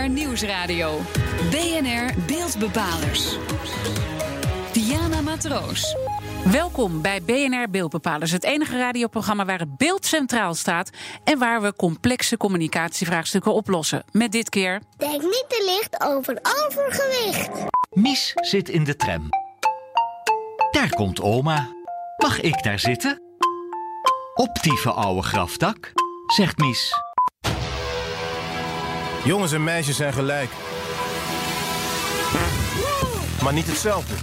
BNR Nieuwsradio. BNR Beeldbepalers. Diana Matroos. Welkom bij BNR Beeldbepalers, het enige radioprogramma waar het beeld centraal staat en waar we complexe communicatievraagstukken oplossen. Met dit keer... Denk niet te licht over overgewicht. Mies zit in de tram. Daar komt oma. Mag ik daar zitten? Optieve oude grafdak, zegt Mies. Jongens en meisjes zijn gelijk. Maar niet hetzelfde.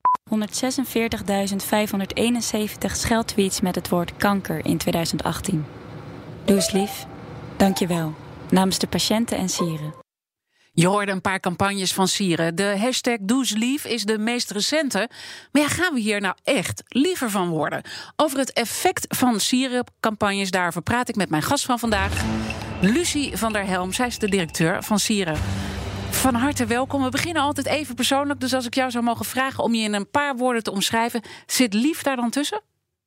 146.571 scheldtweets met het woord kanker in 2018. Doe eens lief. Dank je wel. Namens de patiënten en sieren. Je hoorde een paar campagnes van sieren. De hashtag Doe eens lief is de meest recente. Maar ja, gaan we hier nou echt liever van worden? Over het effect van sierencampagnes, daarover praat ik met mijn gast van vandaag, Lucie van der Helm. Zij is de directeur van Sieren. Van harte welkom. We beginnen altijd even persoonlijk. Dus als ik jou zou mogen vragen om je in een paar woorden te omschrijven, zit lief daar dan tussen?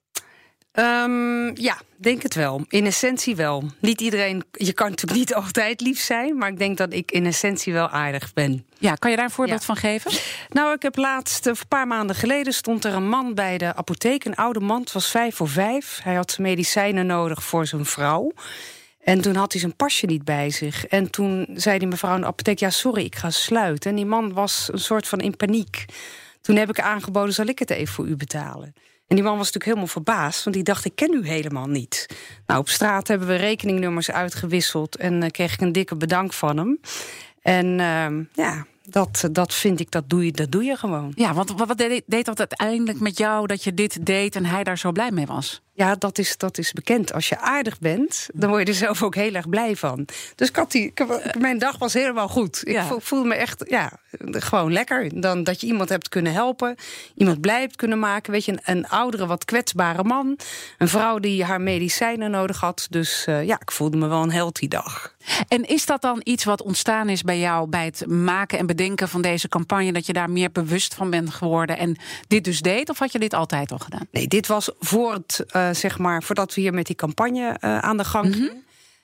Ja, denk het wel. In essentie wel. Niet iedereen, je kan natuurlijk niet altijd lief zijn, maar ik denk dat ik in essentie wel aardig ben. Ja, kan je daar een voorbeeld van geven? Nou, ik heb laatst, een paar maanden geleden, stond er een man bij de apotheek. Een oude man, het was 5 voor 5. Hij had zijn medicijnen nodig voor zijn vrouw. En toen had hij zijn pasje niet bij zich. En toen zei die mevrouw in de apotheek, ja, sorry, ik ga sluiten. En die man was een soort van in paniek. Toen heb ik aangeboden, zal ik het even voor u betalen? En die man was natuurlijk helemaal verbaasd, want die dacht, ik ken u helemaal niet. Nou, op straat hebben we rekeningnummers uitgewisseld en kreeg ik een dikke bedank van hem. En ja, dat vind ik, dat doe je gewoon. Ja, want wat deed dat uiteindelijk met jou dat je dit deed en hij daar zo blij mee was? Ja, dat is bekend. Als je aardig bent, dan word je er zelf ook heel erg blij van. Dus mijn dag was helemaal goed. Ik voelde me echt gewoon lekker. Dan dat je iemand hebt kunnen helpen, iemand blij hebt kunnen maken. Weet je, een oudere, wat kwetsbare man. Een vrouw die haar medicijnen nodig had. Dus ik voelde me wel een held die dag. En is dat dan iets wat ontstaan is bij jou bij het maken en bedenken van deze campagne, dat je daar meer bewust van bent geworden en dit dus deed? Of had je dit altijd al gedaan? Nee, dit was voordat we hier met die campagne aan de gang gingen.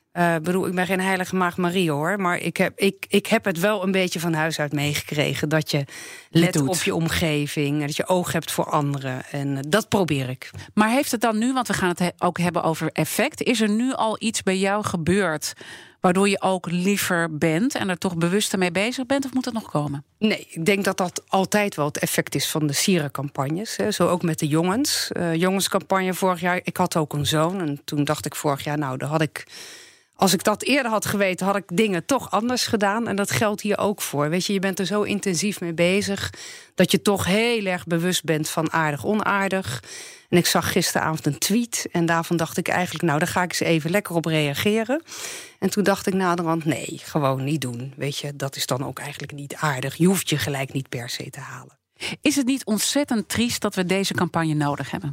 Ik ben geen heilige maagd Marie, hoor. Maar ik heb het wel een beetje van huis uit meegekregen. Dat je let op je omgeving. Dat je oog hebt voor anderen. En dat probeer ik. Maar heeft het dan nu, want we gaan het ook hebben over effect. Is er nu al iets bij jou gebeurd waardoor je ook liever bent en er toch bewuster mee bezig bent? Of moet het nog komen? Nee, ik denk dat dat altijd wel het effect is van de sierencampagnes. Zo ook met de jongens. Jongenscampagne vorig jaar. Ik had ook een zoon. En toen dacht ik vorig jaar, nou, als ik dat eerder had geweten, had ik dingen toch anders gedaan. En dat geldt hier ook voor. Weet je bent er zo intensief mee bezig dat je toch heel erg bewust bent van aardig, onaardig. En ik zag gisteravond een tweet en daarvan dacht ik eigenlijk, nou, daar ga ik eens even lekker op reageren. En toen dacht ik naderhand, nee, gewoon niet doen. Weet je, dat is dan ook eigenlijk niet aardig. Je hoeft je gelijk niet per se te halen. Is het niet ontzettend triest dat we deze campagne nodig hebben?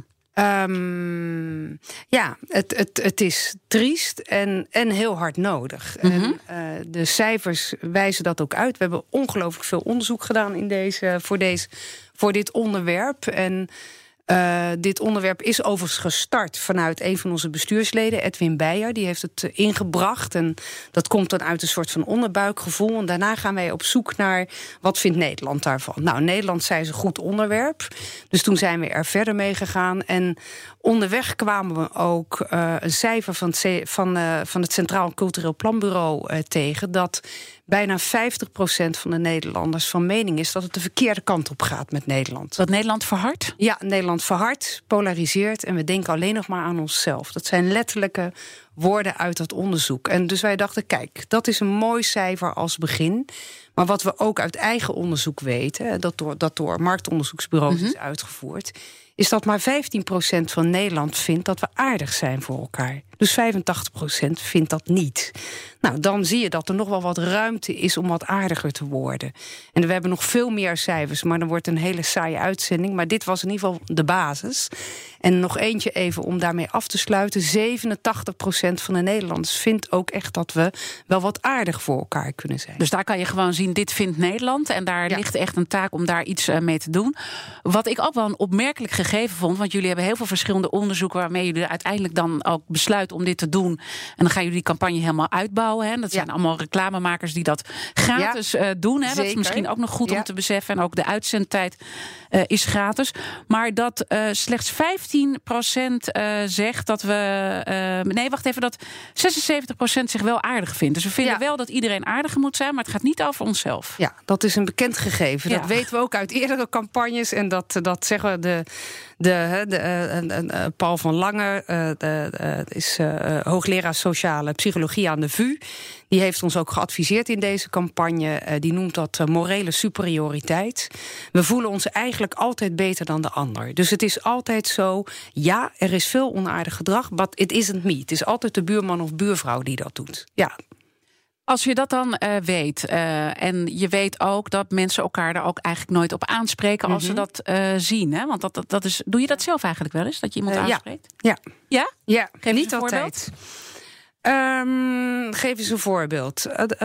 Het is triest en heel hard nodig. En de cijfers wijzen dat ook uit. We hebben ongelooflijk veel onderzoek gedaan voor dit onderwerp. En dit onderwerp is overigens gestart vanuit een van onze bestuursleden, Edwin Beijer. Die heeft het ingebracht en dat komt dan uit een soort van onderbuikgevoel. En daarna gaan wij op zoek naar wat vindt Nederland daarvan. Nou, Nederland zei ze goed onderwerp. Dus toen zijn we er verder mee gegaan. En onderweg kwamen we ook een cijfer van het Centraal Cultureel Planbureau tegen, dat bijna 50% van de Nederlanders van mening is dat het de verkeerde kant op gaat met Nederland. Dat Nederland verhardt? Ja, Nederland verhardt, polariseert en we denken alleen nog maar aan onszelf. Dat zijn letterlijke woorden uit dat onderzoek. En dus wij dachten, kijk, dat is een mooi cijfer als begin. Maar wat we ook uit eigen onderzoek weten, dat door marktonderzoeksbureaus is uitgevoerd, is dat maar 15% van Nederland vindt dat we aardig zijn voor elkaar. Dus 85% vindt dat niet. Nou, dan zie je dat er nog wel wat ruimte is om wat aardiger te worden. En we hebben nog veel meer cijfers, maar dan wordt het een hele saaie uitzending. Maar dit was in ieder geval de basis. En nog eentje even om daarmee af te sluiten. 87% van de Nederlanders vindt ook echt dat we wel wat aardig voor elkaar kunnen zijn. Dus daar kan je gewoon zien, dit vindt Nederland. En daar ligt echt een taak om daar iets mee te doen. Wat ik ook wel een opmerkelijk gegeven vond, want jullie hebben heel veel verschillende onderzoeken waarmee jullie uiteindelijk dan ook besluiten besluiten om dit te doen. En dan gaan jullie die campagne helemaal uitbouwen. Hè. Dat zijn allemaal reclamemakers die dat gratis doen. Hè. Dat is misschien ook nog goed om te beseffen. En ook de uitzendtijd is gratis. Maar dat slechts 15% zegt dat dat 76% zich wel aardig vindt. Dus we vinden wel dat iedereen aardiger moet zijn, maar het gaat niet over onszelf. Ja, dat is een bekend gegeven. Dat weten we ook uit eerdere campagnes. En dat zeggen Paul van Lange, is hoogleraar sociale psychologie aan de VU. Die heeft ons ook geadviseerd in deze campagne. Die noemt dat morele superioriteit. We voelen ons eigenlijk altijd beter dan de ander. Dus het is altijd zo, ja, er is veel onaardig gedrag, but it isn't me. Het is altijd de buurman of buurvrouw die dat doet. Ja. Als je dat dan weet, en je weet ook dat mensen elkaar daar ook eigenlijk nooit op aanspreken als ze dat zien. Hè? Want dat is. Doe je dat zelf eigenlijk wel eens, dat je iemand aanspreekt? Ja? Ja, geef niet een altijd. Geef eens een voorbeeld.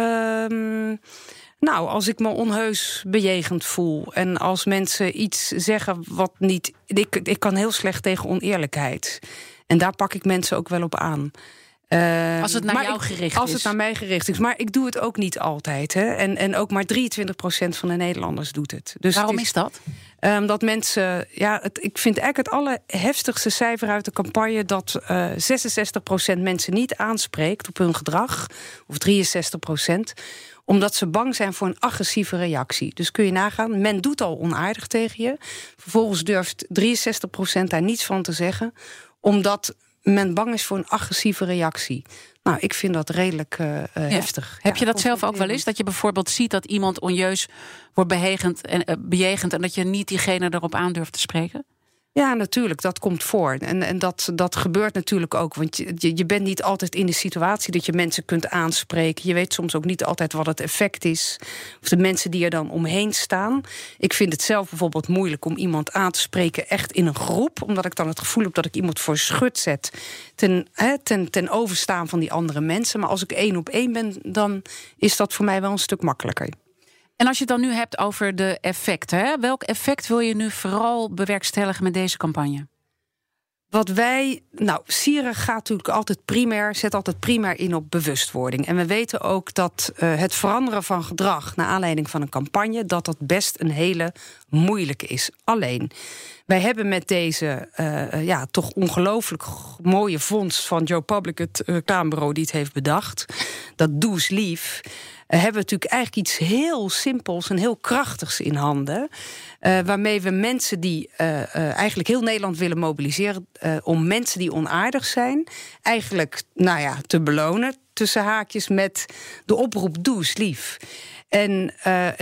Nou, als ik me onheus bejegend voel en als mensen iets zeggen wat niet. Ik kan heel slecht tegen oneerlijkheid. En daar pak ik mensen ook wel op aan. Als het naar jou gericht is. Als het naar mij gericht is. Maar ik doe het ook niet altijd. Hè. En ook maar 23% van de Nederlanders doet het. Dus waarom is dat? Dat mensen. Ik vind eigenlijk het allerheftigste cijfer uit de campagne dat 66% mensen niet aanspreekt op hun gedrag. Of 63%. Omdat ze bang zijn voor een agressieve reactie. Dus kun je nagaan, men doet al onaardig tegen je. Vervolgens durft 63% daar niets van te zeggen. Omdat men bang is voor een agressieve reactie. Nou, ik vind dat redelijk heftig. Heb je dat zelf ook wel eens? Dat je bijvoorbeeld ziet dat iemand onjeus wordt bejegend en dat je niet diegene erop aan durft te spreken? Ja, natuurlijk, dat komt voor. En dat gebeurt natuurlijk ook. Want je bent niet altijd in de situatie dat je mensen kunt aanspreken. Je weet soms ook niet altijd wat het effect is. Of de mensen die er dan omheen staan. Ik vind het zelf bijvoorbeeld moeilijk om iemand aan te spreken echt in een groep. Omdat ik dan het gevoel heb dat ik iemand voor schut zet. Ten overstaan van die andere mensen. Maar als ik 1-op-1 ben, dan is dat voor mij wel een stuk makkelijker. En als je het dan nu hebt over de effecten, hè? Welk effect wil je nu vooral bewerkstelligen met deze campagne? Sieren zet altijd primair in op bewustwording. En we weten ook dat het veranderen van gedrag naar aanleiding van een campagne, dat best een hele moeilijke is. Alleen, wij hebben met deze toch ongelooflijk mooie vondst van Joe Public, het reclamebureau die het heeft bedacht, dat Doe eens lief, hebben we natuurlijk eigenlijk iets heel simpels en heel krachtigs in handen. Waarmee we mensen die eigenlijk heel Nederland willen mobiliseren om mensen die onaardig zijn eigenlijk te belonen, tussen haakjes, met de oproep Doe eens lief. En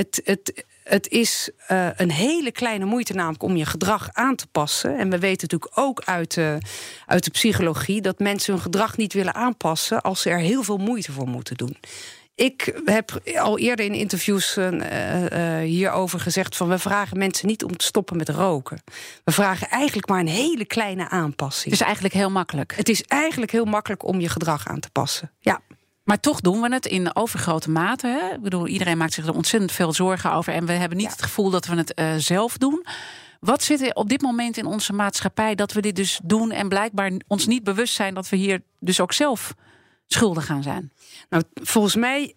het is een hele kleine moeite namelijk om je gedrag aan te passen. En we weten natuurlijk ook uit de psychologie dat mensen hun gedrag niet willen aanpassen als ze er heel veel moeite voor moeten doen. Ik heb al eerder in interviews hierover gezegd van we vragen mensen niet om te stoppen met roken. We vragen eigenlijk maar een hele kleine aanpassing. Het is eigenlijk heel makkelijk. Het is eigenlijk heel makkelijk om je gedrag aan te passen. Ja. Maar toch doen we het in overgrote mate. Hè? Ik bedoel, iedereen maakt zich er ontzettend veel zorgen over. En we hebben niet het gevoel dat we het zelf doen. Wat zit er op dit moment in onze maatschappij dat we dit dus doen en blijkbaar ons niet bewust zijn dat we hier dus ook zelf schuldig aan zijn? Nou, volgens mij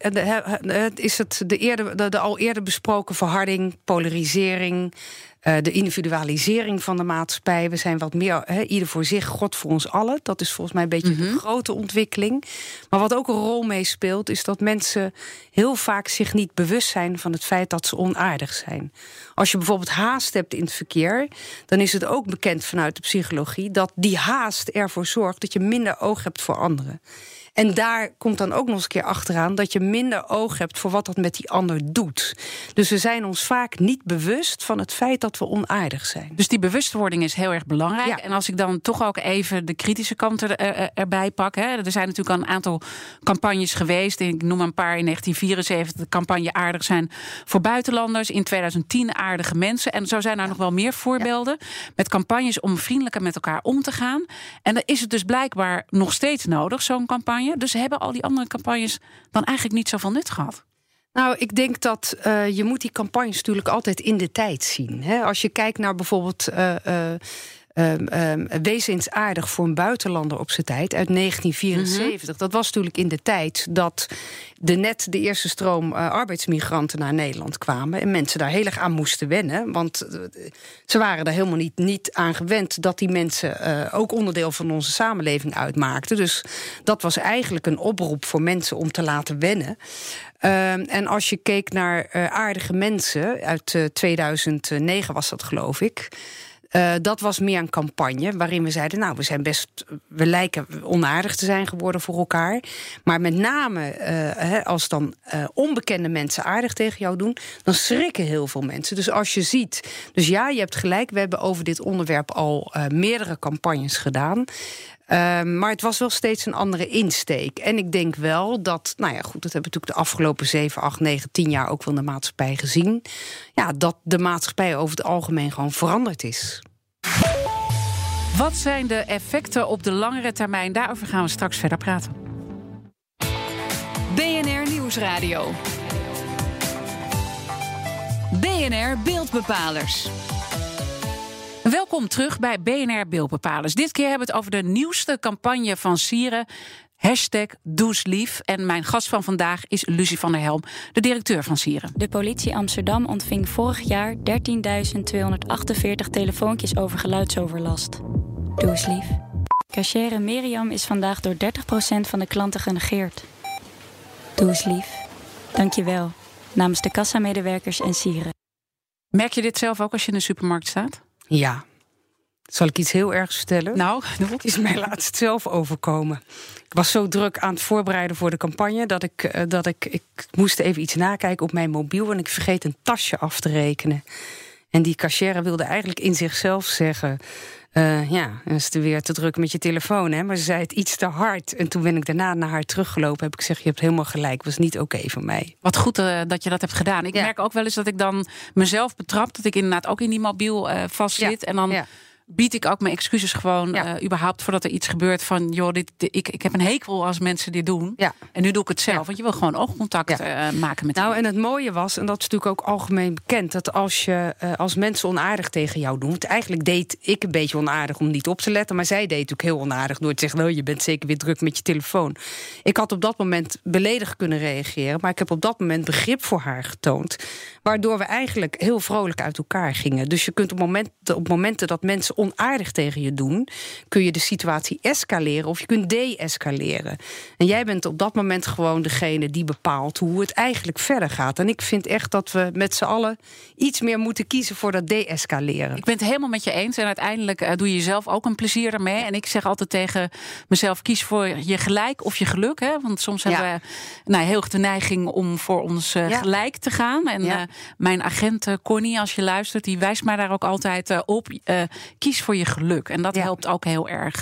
is het de al eerder besproken verharding, polarisering, de individualisering van de maatschappij. We zijn wat meer ieder voor zich, God voor ons allen. Dat is volgens mij een beetje de grote ontwikkeling. Maar wat ook een rol meespeelt, is dat mensen heel vaak zich niet bewust zijn van het feit dat ze onaardig zijn. Als je bijvoorbeeld haast hebt in het verkeer, dan is het ook bekend vanuit de psychologie dat die haast ervoor zorgt dat je minder oog hebt voor anderen. En daar komt dan ook nog eens een keer achteraan dat je minder oog hebt voor wat dat met die ander doet. Dus we zijn ons vaak niet bewust van het feit dat we onaardig zijn. Dus die bewustwording is heel erg belangrijk. Ja. En als ik dan toch ook even de kritische kant erbij pak. Hè. Er zijn natuurlijk al een aantal campagnes geweest. Ik noem een paar in 1974. De campagne Aardig zijn voor buitenlanders. In 2010 Aardige mensen. En zo zijn er nog wel meer voorbeelden. Met campagnes om vriendelijker met elkaar om te gaan. En dan is het dus blijkbaar nog steeds nodig, zo'n campagne. Dus hebben al die andere campagnes dan eigenlijk niet zoveel nut gehad? Nou, ik denk dat je moet die campagnes natuurlijk altijd in de tijd zien. Hè? Als je kijkt naar bijvoorbeeld Wees eens aardig voor een buitenlander op zijn tijd uit 1974. Dat was natuurlijk in de tijd dat net de eerste stroom arbeidsmigranten naar Nederland kwamen en mensen daar heel erg aan moesten wennen. Want ze waren er helemaal niet aan gewend dat die mensen ook onderdeel van onze samenleving uitmaakten. Dus dat was eigenlijk een oproep voor mensen om te laten wennen. En als je keek naar aardige mensen, uit 2009 was dat, geloof ik. Dat was meer een campagne waarin we zeiden, we lijken onaardig te zijn geworden voor elkaar. Maar met name als dan onbekende mensen aardig tegen jou doen, dan schrikken heel veel mensen. Dus als je ziet, dus ja, je hebt gelijk, we hebben over dit onderwerp al meerdere campagnes gedaan. Maar het was wel steeds een andere insteek. En ik denk wel dat, dat hebben we natuurlijk de afgelopen 7, 8, 9, 10 jaar ook wel in de maatschappij gezien. Ja, dat de maatschappij over het algemeen gewoon veranderd is. Wat zijn de effecten op de langere termijn? Daarover gaan we straks verder praten. BNR Nieuwsradio. BNR Beeldbepalers. Welkom terug bij BNR Beeldbepalers. Dit keer hebben we het over de nieuwste campagne van Sieren. #DoesLief. En mijn gast van vandaag is Lucie van der Helm, de directeur van Sieren. De politie Amsterdam ontving vorig jaar 13.248 telefoontjes over geluidsoverlast. Doe eens lief. Cachère Miriam is vandaag door 30% van de klanten genegeerd. Doe eens lief. Dank je wel. Namens de kassamedewerkers en Sieren. Merk je dit zelf ook als je in de supermarkt staat? Ja. Zal ik iets heel ergs vertellen? Nou, het is mij laatst zelf overkomen. Ik was zo druk aan het voorbereiden voor de campagne dat ik moest even iets nakijken op mijn mobiel en ik vergeet een tasje af te rekenen. En die cashier wilde eigenlijk in zichzelf zeggen, dan is het weer te druk met je telefoon, hè? Maar ze zei het iets te hard. En toen ben ik daarna naar haar teruggelopen. Heb ik gezegd, je hebt helemaal gelijk. Was niet oké van mij. Wat goed dat je dat hebt gedaan. Ik merk ook wel eens dat ik dan mezelf betrap, dat ik inderdaad ook in die mobiel vastzit. Ja. En dan bied ik ook mijn excuses gewoon überhaupt voordat er iets gebeurt van, joh, ik heb een hekel als mensen dit doen. Ja. En nu doe ik het zelf. Ja. Want je wil gewoon oogcontact maken met en het mooie was, en dat is natuurlijk ook algemeen bekend, dat als mensen onaardig tegen jou doen, want eigenlijk deed ik een beetje onaardig om niet op te letten, maar zij deed natuurlijk heel onaardig door te zeggen, je bent zeker weer druk met je telefoon. Ik had op dat moment beledigd kunnen reageren, maar ik heb op dat moment begrip voor haar getoond, waardoor we eigenlijk heel vrolijk uit elkaar gingen. Dus je kunt op momenten dat mensen onaardig tegen je doen, kun je de situatie escaleren of je kunt de-escaleren. En jij bent op dat moment gewoon degene die bepaalt hoe het eigenlijk verder gaat. En ik vind echt dat we met z'n allen iets meer moeten kiezen voor dat de-escaleren. Ik ben het helemaal met je eens en uiteindelijk doe je zelf ook een plezier ermee. En ik zeg altijd tegen mezelf, kies voor je gelijk of je geluk. Hè? Want soms hebben we heel erg de neiging om voor ons gelijk te gaan. En mijn agent Connie, als je luistert, die wijst mij daar ook altijd op. Kies voor je geluk. En dat helpt ook heel erg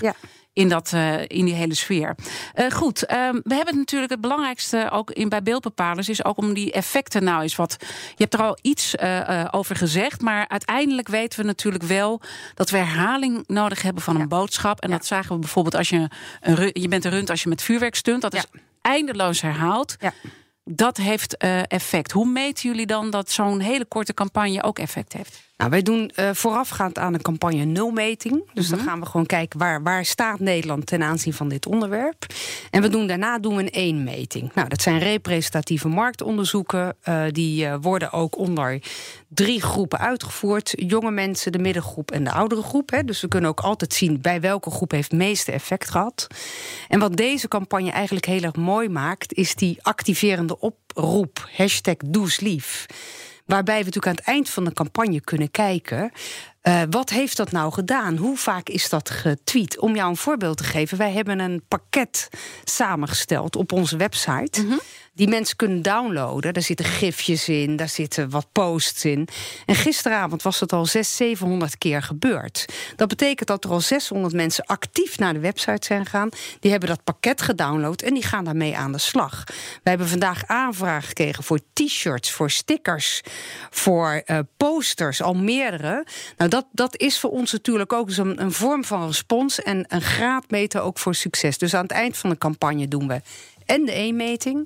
in die hele sfeer. Goed, we hebben natuurlijk het belangrijkste ook bij beeldbepalers is ook om die effecten nou eens wat. Je hebt er al iets over gezegd, maar uiteindelijk weten we natuurlijk wel dat we herhaling nodig hebben van een boodschap. En dat zagen we bijvoorbeeld als je bent een rund als je met vuurwerk stunt. Dat is eindeloos herhaald. Ja. Dat heeft effect. Hoe meten jullie dan dat zo'n hele korte campagne ook effect heeft? Nou, wij doen voorafgaand aan een campagne nulmeting. Dus dan gaan we gewoon kijken waar staat Nederland ten aanzien van dit onderwerp. En daarna doen we een 1-meting. Nou, dat zijn representatieve marktonderzoeken. Die worden ook onder 3 groepen uitgevoerd. Jonge mensen, de middengroep en de oudere groep. Hè. Dus we kunnen ook altijd zien bij welke groep heeft het meeste effect gehad. En wat deze campagne eigenlijk heel erg mooi maakt, is die activerende oproep. #DoesLief. Waarbij we natuurlijk aan het eind van de campagne kunnen kijken, wat heeft dat nou gedaan? Hoe vaak is dat getweet? Om jou een voorbeeld te geven, wij hebben een pakket samengesteld op onze website. Die mensen kunnen downloaden. Daar zitten gifjes in, daar zitten wat posts in. En gisteravond was het al 600-700 keer gebeurd. Dat betekent dat er al 600 mensen actief naar de website zijn gegaan. Die hebben dat pakket gedownload en die gaan daarmee aan de slag. We hebben vandaag aanvragen gekregen voor t-shirts, voor stickers, voor posters, al meerdere. Nou, dat is voor ons natuurlijk ook een vorm van respons en een graadmeter ook voor succes. Dus aan het eind van de campagne doen we en de 1-meting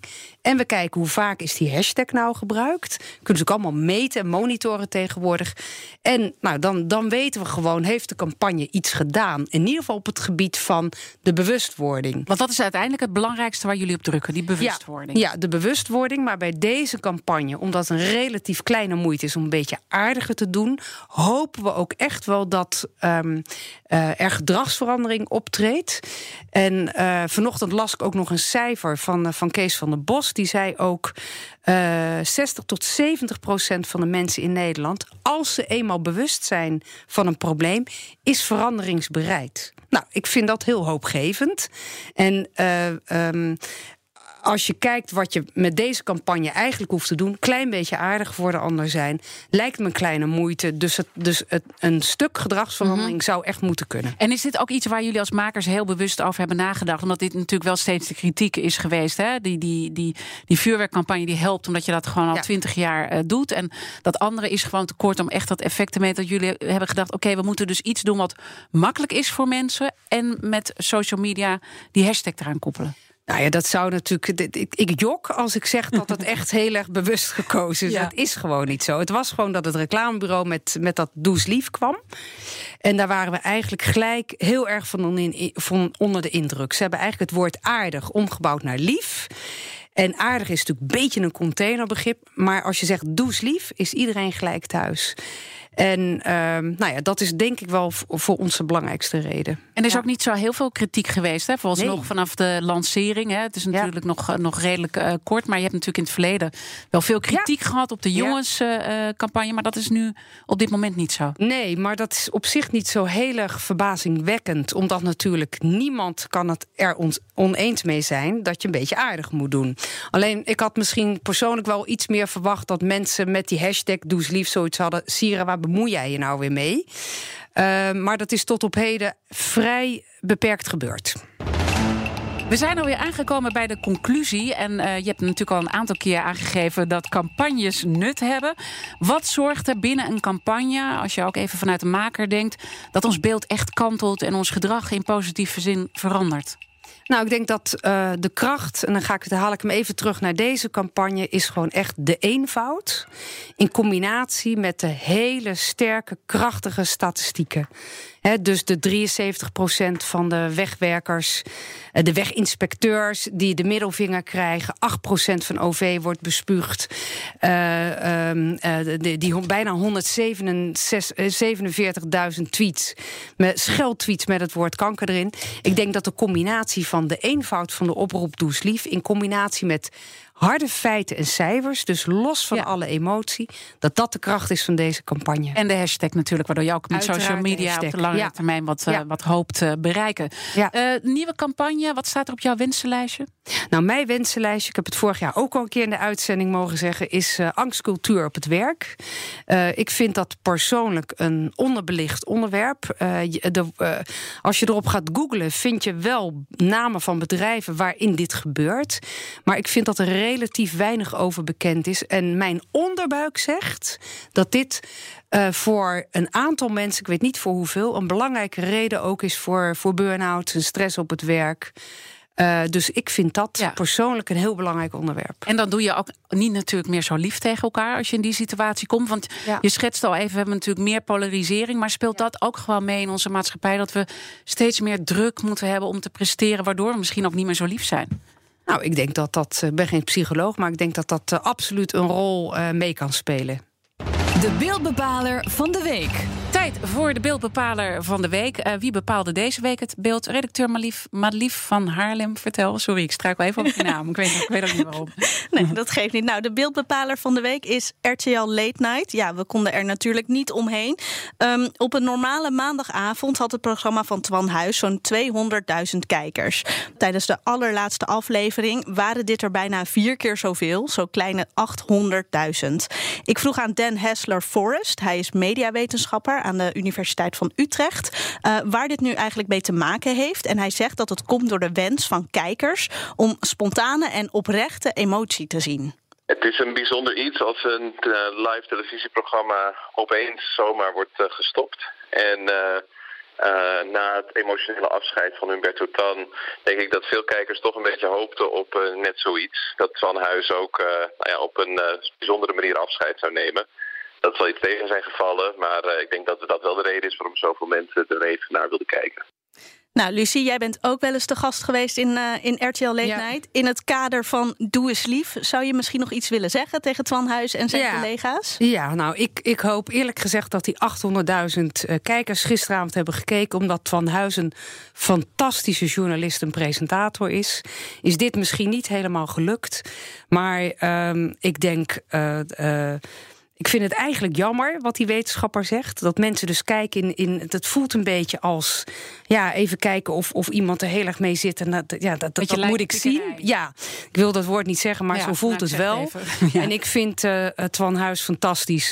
En we kijken hoe vaak is die hashtag nou gebruikt. Kunnen ze ook allemaal meten en monitoren tegenwoordig. En dan weten we gewoon, heeft de campagne iets gedaan? In ieder geval op het gebied van de bewustwording. Want dat is uiteindelijk het belangrijkste waar jullie op drukken, die bewustwording. Ja, de bewustwording. Maar bij deze campagne, omdat het een relatief kleine moeite is om een beetje aardiger te doen, hopen we ook echt wel dat er gedragsverandering optreedt. En vanochtend las ik ook nog een cijfer van Kees van der Bos. Die zei ook 60 tot 70% van de mensen in Nederland, als ze eenmaal bewust zijn van een probleem, is veranderingsbereid. Nou, ik vind dat heel hoopgevend. En als je kijkt wat je met deze campagne eigenlijk hoeft te doen, klein beetje aardig voor de ander zijn, lijkt me een kleine moeite. Dus een stuk gedragsverandering zou echt moeten kunnen. En is dit ook iets waar jullie als makers heel bewust over hebben nagedacht? Omdat dit natuurlijk wel steeds de kritiek is geweest. Hè? Die vuurwerkcampagne die helpt omdat je dat gewoon al 20 jaar doet. En dat andere is gewoon te kort om echt dat effect te meten. Dat jullie hebben gedacht, oké, we moeten dus iets doen wat makkelijk is voor mensen. En met social media die hashtag eraan koppelen. Nou ja, dat zou natuurlijk. Ik jok als ik zeg dat het echt heel erg bewust gekozen is. Ja. Dat is gewoon niet zo. Het was gewoon dat het reclamebureau met dat Doe eens lief kwam. En daar waren we eigenlijk gelijk heel erg van onder de indruk. Ze hebben eigenlijk het woord aardig omgebouwd naar lief. En aardig is natuurlijk een beetje een containerbegrip. Maar als je zegt doe eens lief, is iedereen gelijk thuis. En dat is denk ik wel voor ons de belangrijkste reden. En er is ook niet zo heel veel kritiek geweest, hè? Vooralsnog vanaf de lancering. Hè? Het is natuurlijk nog redelijk kort. Maar je hebt natuurlijk in het verleden wel veel kritiek gehad op de jongenscampagne. Maar dat is nu op dit moment niet zo. Nee, maar dat is op zich niet zo heel erg verbazingwekkend. Omdat natuurlijk niemand kan het er oneens mee zijn dat je een beetje aardig moet doen. Alleen, ik had misschien persoonlijk wel iets meer verwacht dat mensen met die hashtag Doe eens lief zoiets hadden. Sira, waar bemoei jij je nou weer mee? Maar dat is tot op heden vrij beperkt gebeurd. We zijn alweer aangekomen bij de conclusie. En je hebt natuurlijk al een aantal keer aangegeven dat campagnes nut hebben. Wat zorgt er binnen een campagne, als je ook even vanuit de maker denkt, dat ons beeld echt kantelt en ons gedrag in positieve zin verandert? Nou, ik denk dat de kracht, en dan haal ik hem even terug naar deze campagne, is gewoon echt de eenvoud. In combinatie met de hele sterke, krachtige statistieken. Dus de 73% van de wegwerkers, de weginspecteurs die de middelvinger krijgen, 8% van OV wordt bespuugd. Die bijna 147.000 tweets, scheldtweets met het woord kanker erin. Ik denk dat de combinatie van de eenvoud van de oproep Doe eens lief in combinatie met harde feiten en cijfers, dus los van alle emotie, dat de kracht is van deze campagne. En de hashtag natuurlijk, waardoor je ook met social media op de lange termijn wat hoopt bereiken. Ja. Nieuwe campagne, wat staat er op jouw wensenlijstje? Nou, mijn wensenlijstje, ik heb het vorig jaar ook al een keer in de uitzending mogen zeggen, is angstcultuur op het werk. Ik vind dat persoonlijk een onderbelicht onderwerp. Als je erop gaat googlen, vind je wel namen van bedrijven waarin dit gebeurt. Maar ik vind dat er relatief weinig over bekend is. En mijn onderbuik zegt dat dit voor een aantal mensen, ik weet niet voor hoeveel, een belangrijke reden ook is voor burn-out en stress op het werk. Dus ik vind dat persoonlijk een heel belangrijk onderwerp. En dan doe je ook niet natuurlijk meer zo lief tegen elkaar als je in die situatie komt. Want je schetst al even, we hebben natuurlijk meer polarisering. Maar speelt dat ook gewoon mee in onze maatschappij? Dat we steeds meer druk moeten hebben om te presteren, waardoor we misschien ook niet meer zo lief zijn? Nou, ik denk ik ben geen psycholoog, maar ik denk dat absoluut een rol mee kan spelen. De beeldbepaler van de week. Tijd voor de beeldbepaler van de week. Wie bepaalde deze week het beeld? Redacteur Madelief van Haarlem, vertel. Sorry, ik struikel even op je naam. Ik weet ook niet waarom. Nee, dat geeft niet. Nou, de beeldbepaler van de week is RTL Late Night. Ja, we konden er natuurlijk niet omheen. Op een normale maandagavond had het programma van Twan Huis zo'n 200.000 kijkers. Tijdens de allerlaatste aflevering waren dit er bijna 4 keer zoveel. Zo'n kleine 800.000. Ik vroeg aan Dan Hessler-Forrest, hij is mediawetenschapper aan de Universiteit van Utrecht, waar dit nu eigenlijk mee te maken heeft. En hij zegt dat het komt door de wens van kijkers om spontane en oprechte emotie te zien. Het is een bijzonder iets als een live televisieprogramma opeens zomaar wordt gestopt. En Na het emotionele afscheid van Humberto Tan denk ik dat veel kijkers toch een beetje hoopten op net zoiets. Dat Twan Huis ook op een bijzondere manier afscheid zou nemen. Dat zal iets tegen zijn gevallen, maar ik denk dat dat wel de reden is waarom zoveel mensen er even naar wilden kijken. Nou, Lucie, jij bent ook wel eens te gast geweest in RTL Late Night. In het kader van Doe eens lief, zou je misschien nog iets willen zeggen tegen Twan Huis en zijn collega's? Ja, nou, ik hoop eerlijk gezegd dat die 800.000 kijkers gisteravond hebben gekeken, omdat Twan Huis een fantastische journalist en presentator is. Is dit misschien niet helemaal gelukt, maar ik denk... Ik vind het eigenlijk jammer wat die wetenschapper zegt. Dat mensen dus kijken het voelt een beetje als... Ja, even kijken of iemand er heel erg mee zit. En dat moet ik zien. Ja, ik wil dat woord niet zeggen, maar zo voelt het wel. Ja. En ik vind Twan Huis fantastisch.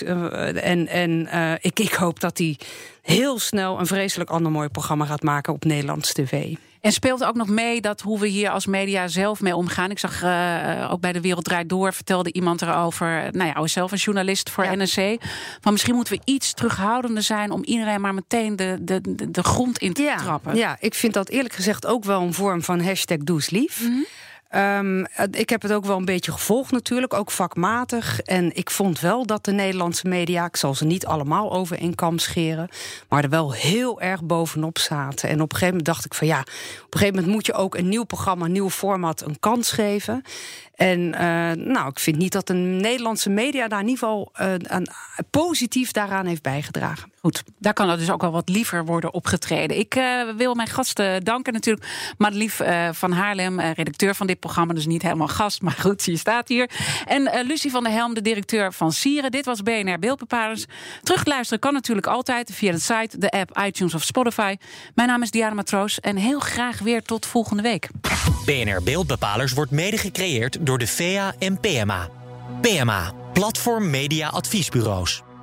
Ik hoop dat hij heel snel een vreselijk ander mooi programma gaat maken op Nederlands tv. En speelt ook nog mee dat hoe we hier als media zelf mee omgaan. Ik zag ook bij De Wereld Draait Door vertelde iemand erover. Nou ja, zelf een journalist voor NRC. Maar misschien moeten we iets terughoudender zijn om iedereen maar meteen de grond in te trappen. Ja, ik vind dat eerlijk gezegd ook wel een vorm van #DoeEsLief. Mm-hmm. Ik heb het ook wel een beetje gevolgd natuurlijk, ook vakmatig. En ik vond wel dat de Nederlandse media, ik zal ze niet allemaal over één kam scheren, maar er wel heel erg bovenop zaten. En op een gegeven moment dacht ik van op een gegeven moment moet je ook een nieuw programma, een nieuw format een kans geven. En ik vind niet dat de Nederlandse media daar in ieder geval positief daaraan heeft bijgedragen. Goed, daar kan er dus ook wel wat liever worden opgetreden. Ik wil mijn gasten danken natuurlijk. Madelief van Haarlem, redacteur van dit programma, dus niet helemaal gast, maar goed, je staat hier. En Lucie van der Helm, de directeur van Sieren. Dit was BNR Beeldbepalers. Terugluisteren kan natuurlijk altijd via de site, de app, iTunes of Spotify. Mijn naam is Diana Matroos en heel graag weer tot volgende week. BNR Beeldbepalers wordt mede gecreëerd door de VEA en PMA. PMA, Platform Media Adviesbureaus.